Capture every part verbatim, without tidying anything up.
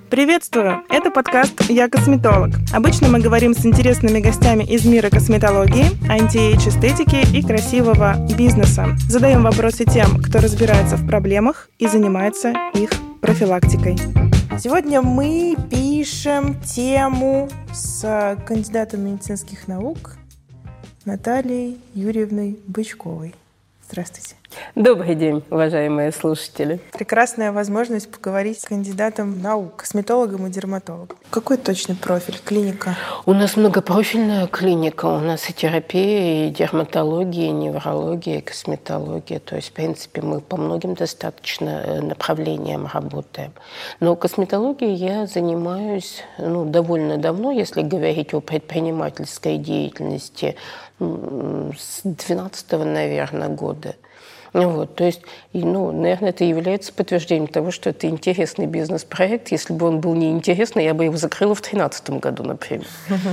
Приветствую! Это подкаст «Я косметолог». Обычно мы говорим с интересными гостями из мира косметологии, анти-эйдж эстетики и красивого бизнеса. Задаем вопросы тем, кто разбирается в проблемах и занимается их профилактикой. Сегодня мы пишем тему с кандидатом медицинских наук Натальей Юрьевной Бычковой. Здравствуйте. Добрый день, уважаемые слушатели. Прекрасная возможность поговорить с кандидатом наук, косметологом и дерматологом. Какой точный профиль, клиника? У нас многопрофильная клиника. У нас и терапия, и дерматология, и неврология, и косметология. То есть, в принципе, мы по многим достаточно направлениям работаем. Но косметологией я занимаюсь ну, довольно давно, если говорить о предпринимательской деятельности, с двенадцатого, наверное, года. Вот, то есть, ну, наверное, это является подтверждением того, что это интересный бизнес-проект. Если бы он был неинтересный, я бы его закрыла в тринадцатом году, например.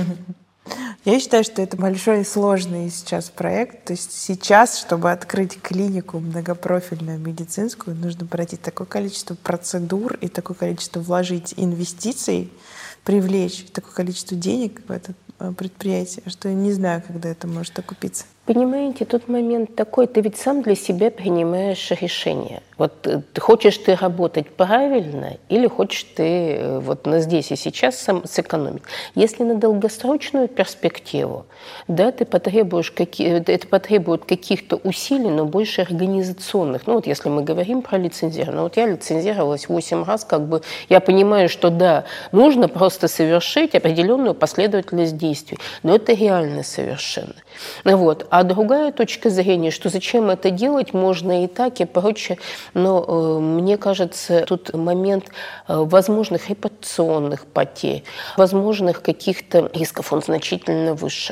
Я считаю, что это большой и сложный сейчас проект. То есть сейчас, чтобы открыть клинику многопрофильную медицинскую, нужно пройти такое количество процедур и такое количество вложить инвестиций, привлечь такое количество денег в это предприятие, что я не знаю, когда это может окупиться. Понимаете, тут момент такой, ты ведь сам для себя принимаешь решение. Вот хочешь ты работать правильно или хочешь ты вот на здесь и сейчас сам сэкономить. Если на долгосрочную перспективу, да, ты потребуешь какие, это потребует каких-то усилий, но больше организационных. Ну вот если мы говорим про лицензирование, вот я лицензировалась восемь раз, как бы я понимаю, что да, нужно просто совершить определенную последовательность действий, но это реально совершенно. Вот. А другая точка зрения, что зачем это делать, можно и так, и прочее. Но э, мне кажется, тут момент э, возможных репутационных потерь, возможных каких-то рисков, он значительно выше.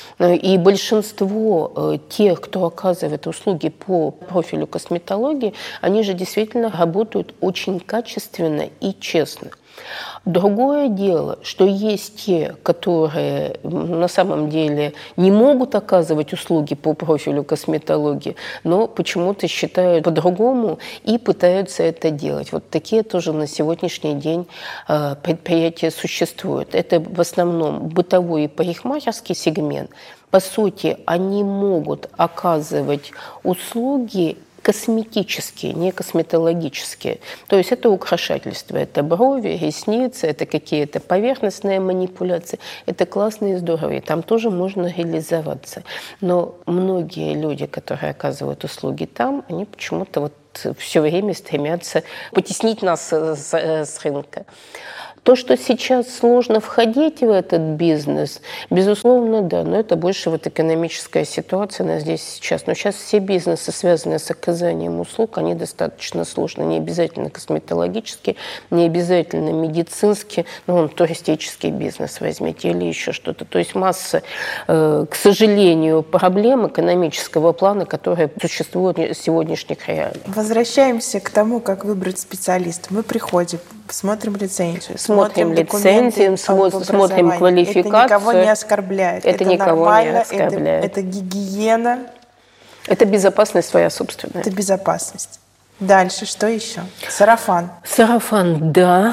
И большинство э, тех, кто оказывает услуги по профилю косметологии, они же действительно работают очень качественно и честно. Другое дело, что есть те, которые на самом деле не могут оказывать услуги по профилю косметологии, но почему-то считают по-другому и пытаются это делать. Вот такие тоже на сегодняшний день предприятия существуют. Это в основном бытовой и парикмахерский сегмент. По сути, они могут оказывать услуги косметические, не косметологические. То есть это украшательство, это брови, ресницы, это какие-то поверхностные манипуляции. Это классно и здорово, и там тоже можно реализоваться. Но многие люди, которые оказывают услуги там, они почему-то вот все время стремятся потеснить нас с, с рынка. То, что сейчас сложно входить в этот бизнес, безусловно, да, но это больше вот экономическая ситуация, она здесь сейчас. Но сейчас все бизнесы, связанные с оказанием услуг, они достаточно сложны. Не обязательно косметологические, не обязательно медицинские, но он туристический бизнес возьмите или еще что-то. То есть масса, э, к сожалению, проблем экономического плана, которые существуют в сегодняшних реалиях. Возвращаемся к тому, как выбрать специалиста. Мы приходим, смотрим лицензию, Смотрим лицензию, смотрим квалификацию. Это никого не оскорбляет. Это, это никого нормально, не оскорбляет. Это, это гигиена. Это безопасность своя собственная. Это безопасность. Дальше, что еще? Сарафан. Сарафан, да,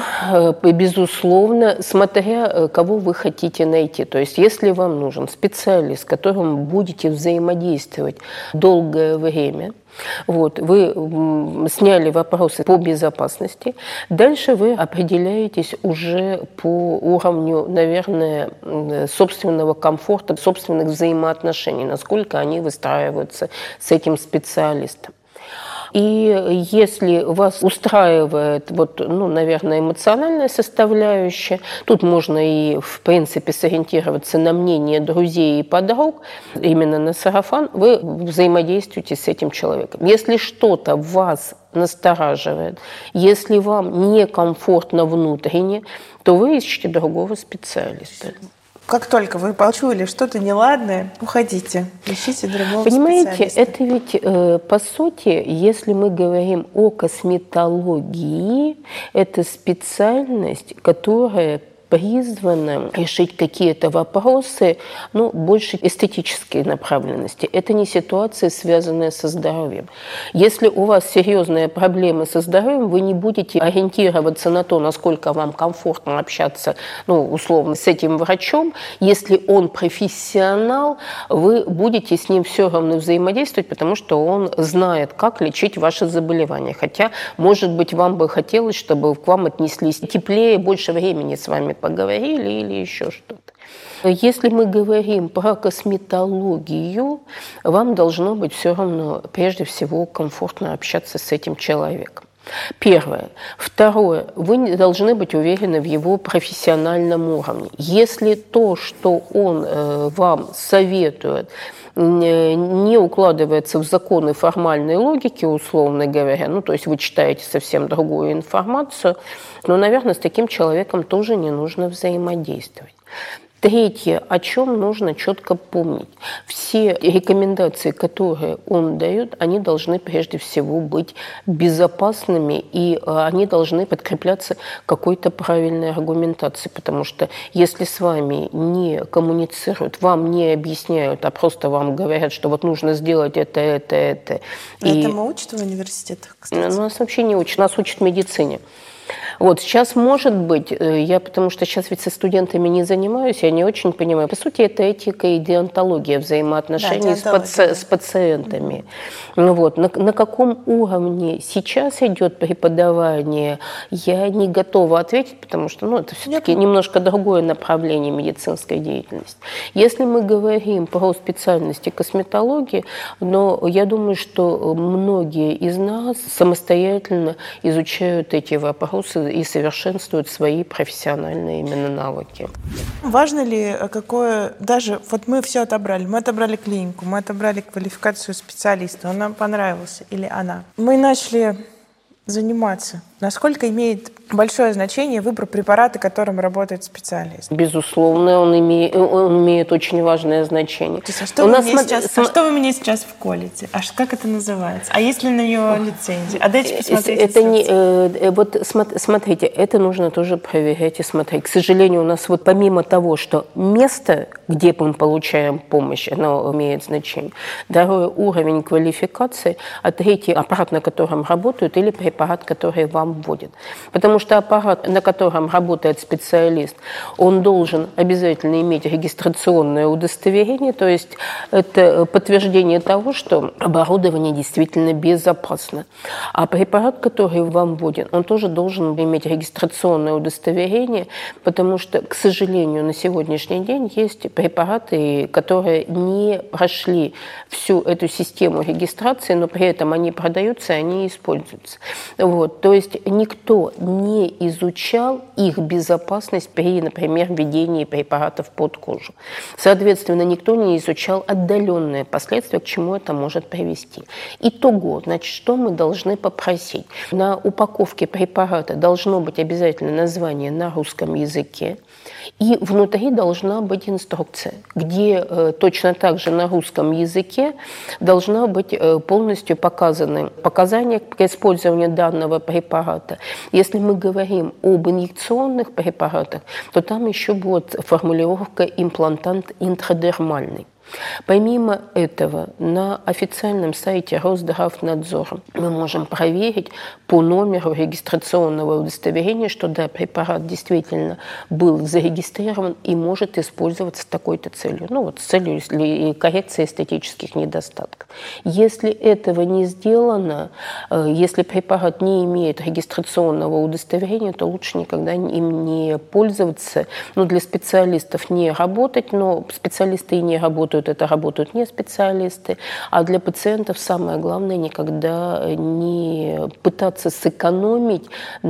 безусловно, смотря кого вы хотите найти. То есть, если вам нужен специалист, с которым будете взаимодействовать долгое время, вот, вы сняли вопросы по безопасности, дальше вы определяетесь уже по уровню, наверное, собственного комфорта, собственных взаимоотношений, насколько они выстраиваются с этим специалистом. И если вас устраивает, вот, ну, наверное, эмоциональная составляющая, тут можно и, в принципе, сориентироваться на мнение друзей и подруг, именно на сарафан, вы взаимодействуете с этим человеком. Если что-то вас настораживает, если вам некомфортно внутренне, то вы ищете другого специалиста. Как только вы почуяли что-то неладное, уходите, ищите другого Понимаете, специалиста. это ведь, э, по сути, если мы говорим о косметологии, это специальность, которая призвано решить какие-то вопросы, ну, больше эстетической направленности. Это не ситуации, связанные со здоровьем. Если у вас серьезные проблемы со здоровьем, вы не будете ориентироваться на то, насколько вам комфортно общаться, ну, условно, с этим врачом. Если он профессионал, вы будете с ним все равно взаимодействовать, потому что он знает, как лечить ваши заболевания. Хотя, может быть, вам бы хотелось, чтобы к вам отнеслись теплее, больше времени с вами поговорили или еще что-то. Если мы говорим про косметологию, вам должно быть все равно, прежде всего, комфортно общаться с этим человеком. Первое. Второе. Вы должны быть уверены в его профессиональном уровне. Если то, что он э, вам советует, не укладывается в законы формальной логики, условно говоря, ну, то есть вы читаете совсем другую информацию, но, наверное, с таким человеком тоже не нужно взаимодействовать. Третье, о чем нужно четко помнить. Все рекомендации, которые он дает, они должны прежде всего быть безопасными, и они должны подкрепляться какой-то правильной аргументацией, потому что если с вами не коммуницируют, вам не объясняют, а просто вам говорят, что вот нужно сделать это, это, это. И... Этому учат в университетах, кстати? Нас вообще не учат, нас учат медицине. Вот сейчас, может быть, я потому что сейчас ведь со студентами не занимаюсь, я не очень понимаю. По сути, это этика и деонтология взаимоотношений да, с, паци- с пациентами. Mm-hmm. Вот. На, на каком уровне сейчас идет преподавание, я не готова ответить, потому что ну, это все-таки mm-hmm. немножко другое направление медицинской деятельности. Если мы говорим про специальности косметологии, но я думаю, что многие из нас самостоятельно изучают эти вопросы и совершенствуют свои профессиональные именно навыки. Важно ли какое... Даже вот мы все отобрали. Мы отобрали клинику, мы отобрали квалификацию специалиста. Он нам понравился или она. Мы начали заниматься. Насколько имеет большое значение выбор препарата, которым работает специалист? Безусловно, он имеет, он имеет очень важное значение. То есть, а, что У вы нас мне см... сейчас, а что вы мне сейчас вколите? А как это называется? А есть ли на нее лицензия? А дайте посмотреть. Это не, э, вот смотрите, это нужно тоже проверять и смотреть. К сожалению, у нас вот помимо того, что место, где мы получаем помощь, оно имеет значение. Второй уровень квалификации, а третий аппарат, на котором работают, или препарат, который вам вводит. Потому что аппарат, на котором работает специалист, он должен обязательно иметь регистрационное удостоверение, то есть это подтверждение того, что оборудование действительно безопасно. А препарат, который вам вводит, он тоже должен иметь регистрационное удостоверение, потому что, к сожалению, на сегодняшний день есть препараты, которые не прошли всю эту систему регистрации, но при этом они продаются и они используются. Вот. То есть никто не изучал их безопасность при, например, введении препаратов под кожу. Соответственно, никто не изучал отдаленные последствия, к чему это может привести. Итого, значит, что мы должны попросить? На упаковке препарата должно быть обязательно название на русском языке, и внутри должна быть инструкция, где э, точно так же на русском языке должна быть э, полностью показаны показания к использованию данного препарата. Если мы говорим об инъекционных препаратах, то там еще будет формулировка «имплантант интрадермальный». Помимо этого, на официальном сайте Росздравнадзора мы можем проверить по номеру регистрационного удостоверения, что да, препарат действительно был зарегистрирован и может использоваться с такой-то целью. Ну вот с целью коррекции эстетических недостатков. Если этого не сделано, если препарат не имеет регистрационного удостоверения, то лучше никогда им не пользоваться. Ну, для специалистов не работать, но специалисты и не работают, это работают не специалисты, а для пациентов самое главное никогда не пытаться сэкономить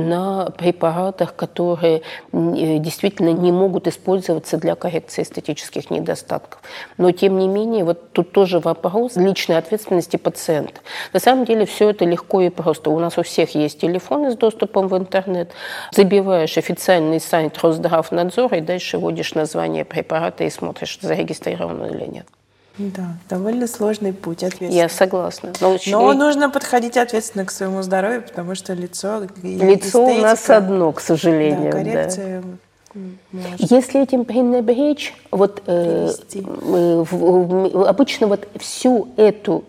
на препаратах, которые действительно не могут использоваться для коррекции эстетических недостатков. Но тем не менее, вот тут тоже вопрос личной ответственности пациента. На самом деле все это легко и просто. У нас у всех есть телефоны с доступом в интернет, забиваешь официальный сайт Росздравнадзора и дальше вводишь название препарата и смотришь, зарегистрирован или нет. Да, довольно сложный путь, ответственный. Я согласна. Но, очень... Но нужно подходить ответственно к своему здоровью, потому что лицо... Лицо у нас одно, к сожалению. Да, коррекция... Да. Может. Если этим пренебречь, вот э, э, в, обычно вот всю эту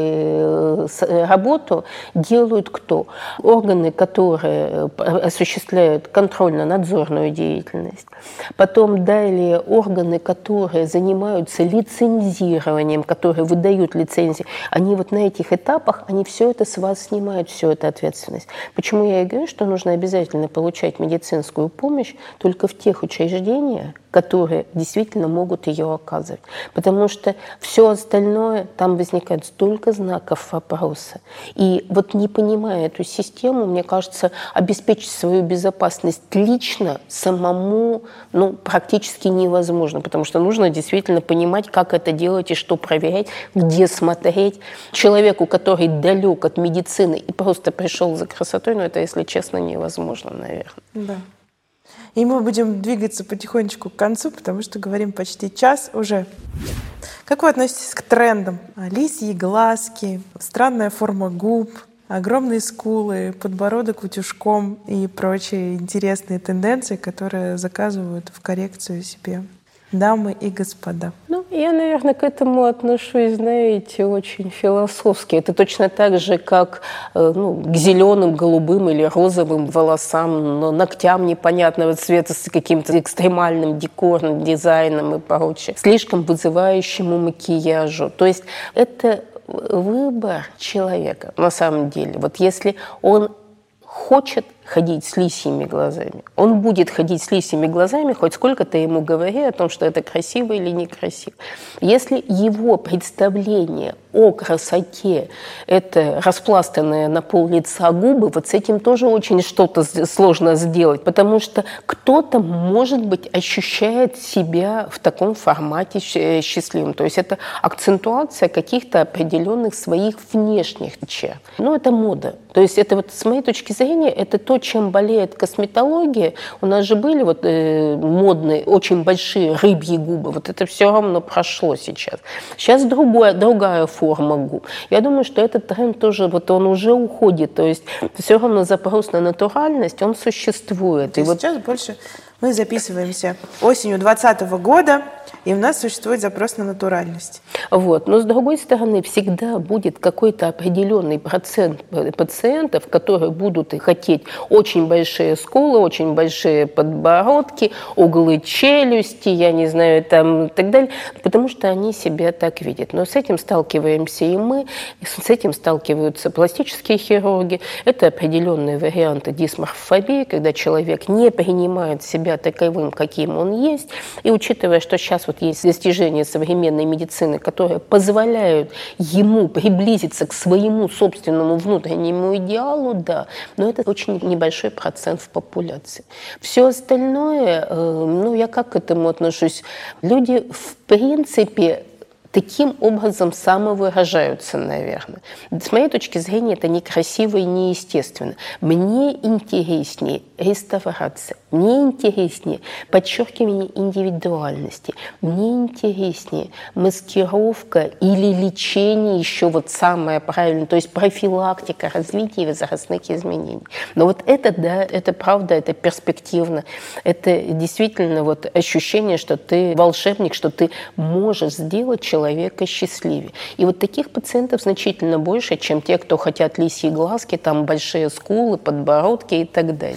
работу делают кто? Органы, которые осуществляют контрольно-надзорную деятельность. Потом далее органы, которые занимаются лицензированием, которые выдают лицензии. Они вот на этих этапах, они все это с вас снимают, всю эту ответственность. Почему я и говорю, что нужно обязательно получать медицинскую помощь только в тех учреждениях, которые действительно могут ее оказывать. Потому что все остальное, там возникает столько знаков вопроса. И вот не понимая эту систему, мне кажется, обеспечить свою безопасность лично самому ну, практически невозможно, потому что нужно действительно понимать, как это делать и что проверять, где смотреть. Человеку, который далек от медицины и просто пришел за красотой, ну это, если честно, невозможно, наверное. Да. И мы будем двигаться потихонечку к концу, потому что говорим почти час уже. Как вы относитесь к трендам? Лисьи глазки, странная форма губ, огромные скулы, подбородок утюжком и прочие интересные тенденции, которые заказывают в коррекцию себе дамы и господа. Ну, я, наверное, к этому отношусь, знаете, очень философски. Это точно так же, как ну, к зеленым, голубым или розовым волосам, но ногтям непонятного цвета с каким-то экстремальным декорным дизайном и прочее, слишком вызывающему макияжу. То есть это выбор человека на самом деле. Вот если он хочет ходить с лисьими глазами, он будет ходить с лисьими глазами, хоть сколько-то ему говори о том, что это красиво или некрасиво. Если его представление о красоте – это распластанные на пол лица губы, вот с этим тоже очень что-то сложно сделать, потому что кто-то, может быть, ощущает себя в таком формате счастливым. То есть это акцентуация каких-то определенных своих внешних черт. Но это мода. То есть это вот с моей точки зрения, это то, чем болеет косметология. У нас же были вот э, модные, очень большие рыбьи губы. Вот это все равно прошло сейчас. Сейчас другое, другая форма губ. Я думаю, что этот тренд тоже, вот он уже уходит. То есть все равно запрос на натуральность, он существует. И, и вот сейчас больше мы записываемся осенью двадцатого года, и у нас существует запрос на натуральность. Вот. Но, с другой стороны, всегда будет какой-то определенный процент пациентов, которые будут хотеть очень большие скулы, очень большие подбородки, углы челюсти, я не знаю, там, и так далее, потому что они себя так видят. Но с этим сталкиваемся и мы, и с этим сталкиваются пластические хирурги. Это определенные варианты дисморфофобии, когда человек не принимает себя таковым, каким он есть, и учитывая, что сейчас вот есть достижения современной медицины, которые позволяют ему приблизиться к своему собственному внутреннему идеалу, да, но это очень небольшой процент в популяции. Все остальное, ну, я как к этому отношусь? Люди, в принципе, таким образом самовыражаются, наверное. С моей точки зрения, это некрасиво и неестественно. Мне интереснее реставрация, мне интереснее подчеркивание индивидуальности, мне интереснее маскировка или лечение, еще вот самое правильное, то есть профилактика развития возрастных изменений. Но вот это, да, это правда, это перспективно, это действительно вот ощущение, что ты волшебник, что ты можешь сделать человека человека счастливее. И вот таких пациентов значительно больше, чем те, кто хотят лисьи глазки, там большие скулы, подбородки и так далее.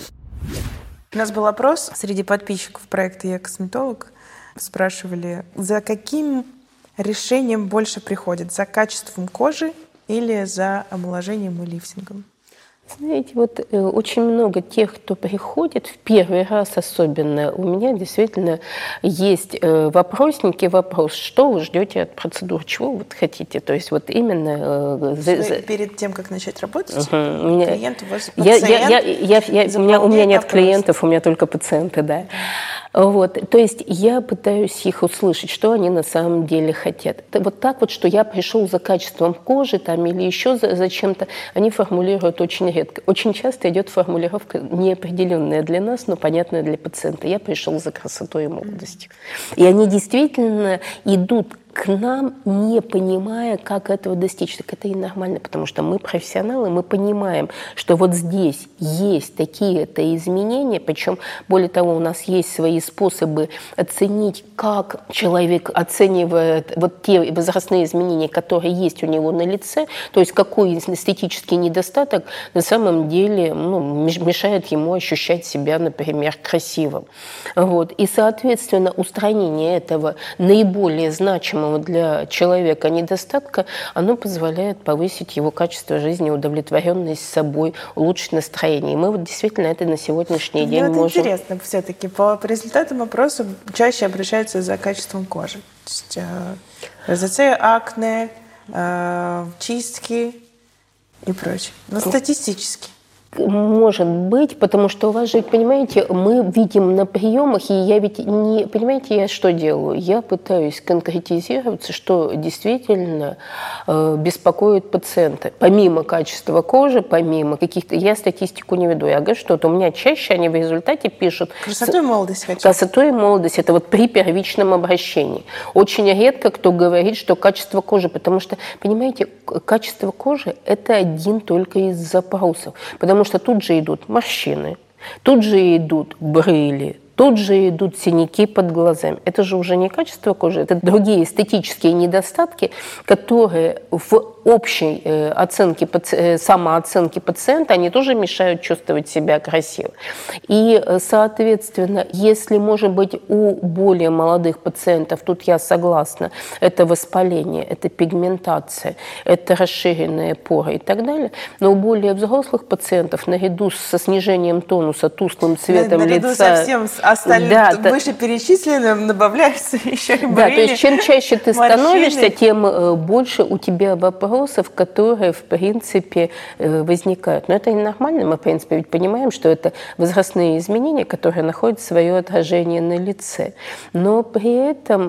У нас был опрос среди подписчиков проекта «Я косметолог». Спрашивали, за каким решением больше приходят? За качеством кожи или за омоложением и лифтингом? Знаете, вот э, очень много тех, кто приходит в первый раз особенно, у меня действительно есть э, вопросники, вопрос, что вы ждете от процедур, чего вы вот хотите, то есть вот именно... Э, за... Перед тем, как начать работать, uh-huh. меня... клиент у вас я, пациент, я, я, я, я, у, меня, у меня нет вопрос. клиентов, у меня только пациенты, да. Вот, то есть я пытаюсь их услышать, что они на самом деле хотят. Это вот так вот, что я пришел за качеством кожи там, или еще за, за чем-то, они формулируют очень редко. Очень часто идет формулировка неопределенная для нас, но понятная для пациента. Я пришел за красотой и молодостью. И они действительно идут к нам, не понимая, как этого достичь. Так это и нормально, потому что мы профессионалы, мы понимаем, что вот здесь есть такие-то изменения, причем, более того, у нас есть свои способы оценить, как человек оценивает вот те возрастные изменения, которые есть у него на лице, то есть какой эстетический недостаток на самом деле ну, мешает ему ощущать себя, например, красивым. Вот. И, соответственно, устранение этого наиболее значимого для человека недостатка, оно позволяет повысить его качество жизни, удовлетворенность собой, улучшить настроение. И мы вот действительно это на сегодняшний день вот можем... Интересно, все-таки по результатам опроса чаще обращаются за качеством кожи. То есть розоцея, акне, э, чистки и прочее. Но статистически. Может быть, потому что у вас же, понимаете, мы видим на приемах, и я ведь не... Понимаете, я что делаю? Я пытаюсь конкретизироваться, что действительно э, беспокоит пациента. Помимо качества кожи, помимо каких-то... Я статистику не веду. Я говорю, что вот у меня чаще они в результате пишут... Красоту и молодость хотят. Красоту и молодость. Это вот при первичном обращении. Очень редко кто говорит, что качество кожи, потому что, понимаете, качество кожи – это один только из запросов. Потому что тут же идут морщины, тут же идут брыли, тут же идут синяки под глазами. Это же уже не качество кожи, это другие эстетические недостатки, которые в общей э, оценке, э, самооценке пациента, они тоже мешают чувствовать себя красиво. И, соответственно, если, может быть, у более молодых пациентов, тут я согласна, это воспаление, это пигментация, это расширенные поры и так далее, но у более взрослых пациентов, наряду со снижением тонуса, тусклым цветом наряду лица... Наряду со всем остальным да, вышеперечисленным добавляются еще и брыли, да, то есть чем чаще ты морщины. становишься, тем больше у тебя вопросов, которые, в принципе, возникают. Но это не нормально. Мы, в принципе, ведь понимаем, что это возрастные изменения, которые находят свое отражение на лице. Но при этом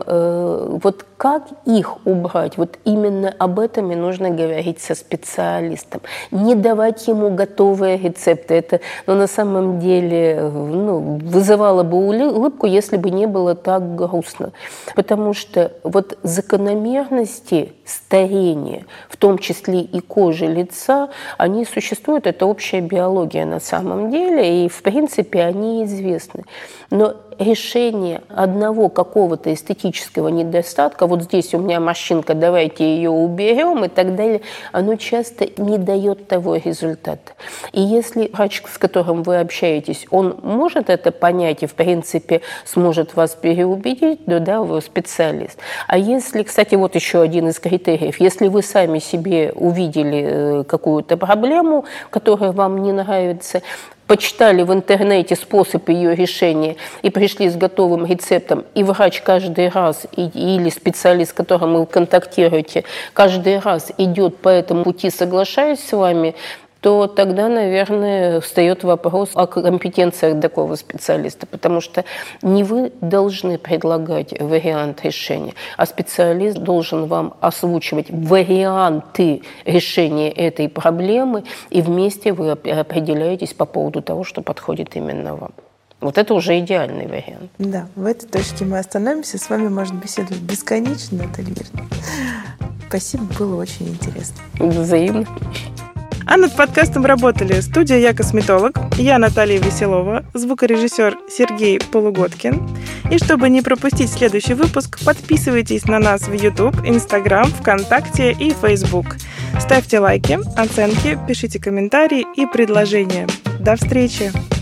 вот как их убрать, вот именно об этом и нужно говорить со специалистом. Не давать ему готовые рецепты. Это ну, на самом деле ну, вызывало бы улыбку, если бы не было так грустно. Потому что вот закономерности старения, в том числе и кожи лица, они существуют, это общая биология на самом деле, и в принципе они известны. Но решение одного какого-то эстетического недостатка, вот здесь у меня морщинка, давайте ее уберем и так далее, оно часто не дает того результата. И если врач, с которым вы общаетесь, он может это понять и, в принципе, сможет вас переубедить, то да, вы специалист. А если, кстати, вот еще один из критериев, если вы сами себе увидели какую-то проблему, которая вам не нравится, почитали в интернете способ ее решения и пришли с готовым рецептом, и врач каждый раз, и, или специалист, с которым вы контактируете, каждый раз идет по этому пути, соглашаясь с вами, то тогда, наверное, встает вопрос о компетенциях такого специалиста, потому что не вы должны предлагать вариант решения, а специалист должен вам озвучивать варианты решения этой проблемы, и вместе вы определяетесь по поводу того, что подходит именно вам. Вот это уже идеальный вариант. Да, в этой точке мы остановимся. С вами можно беседовать бесконечно, Наталья Юрьевна. Спасибо, было очень интересно. Взаимно. А над подкастом работали студия «Я косметолог», я Наталья Веселова, звукорежиссер Сергей Полугодкин. И чтобы не пропустить следующий выпуск, подписывайтесь на нас в YouTube, Instagram, ВКонтакте и Facebook. Ставьте лайки, оценки, пишите комментарии и предложения. До встречи!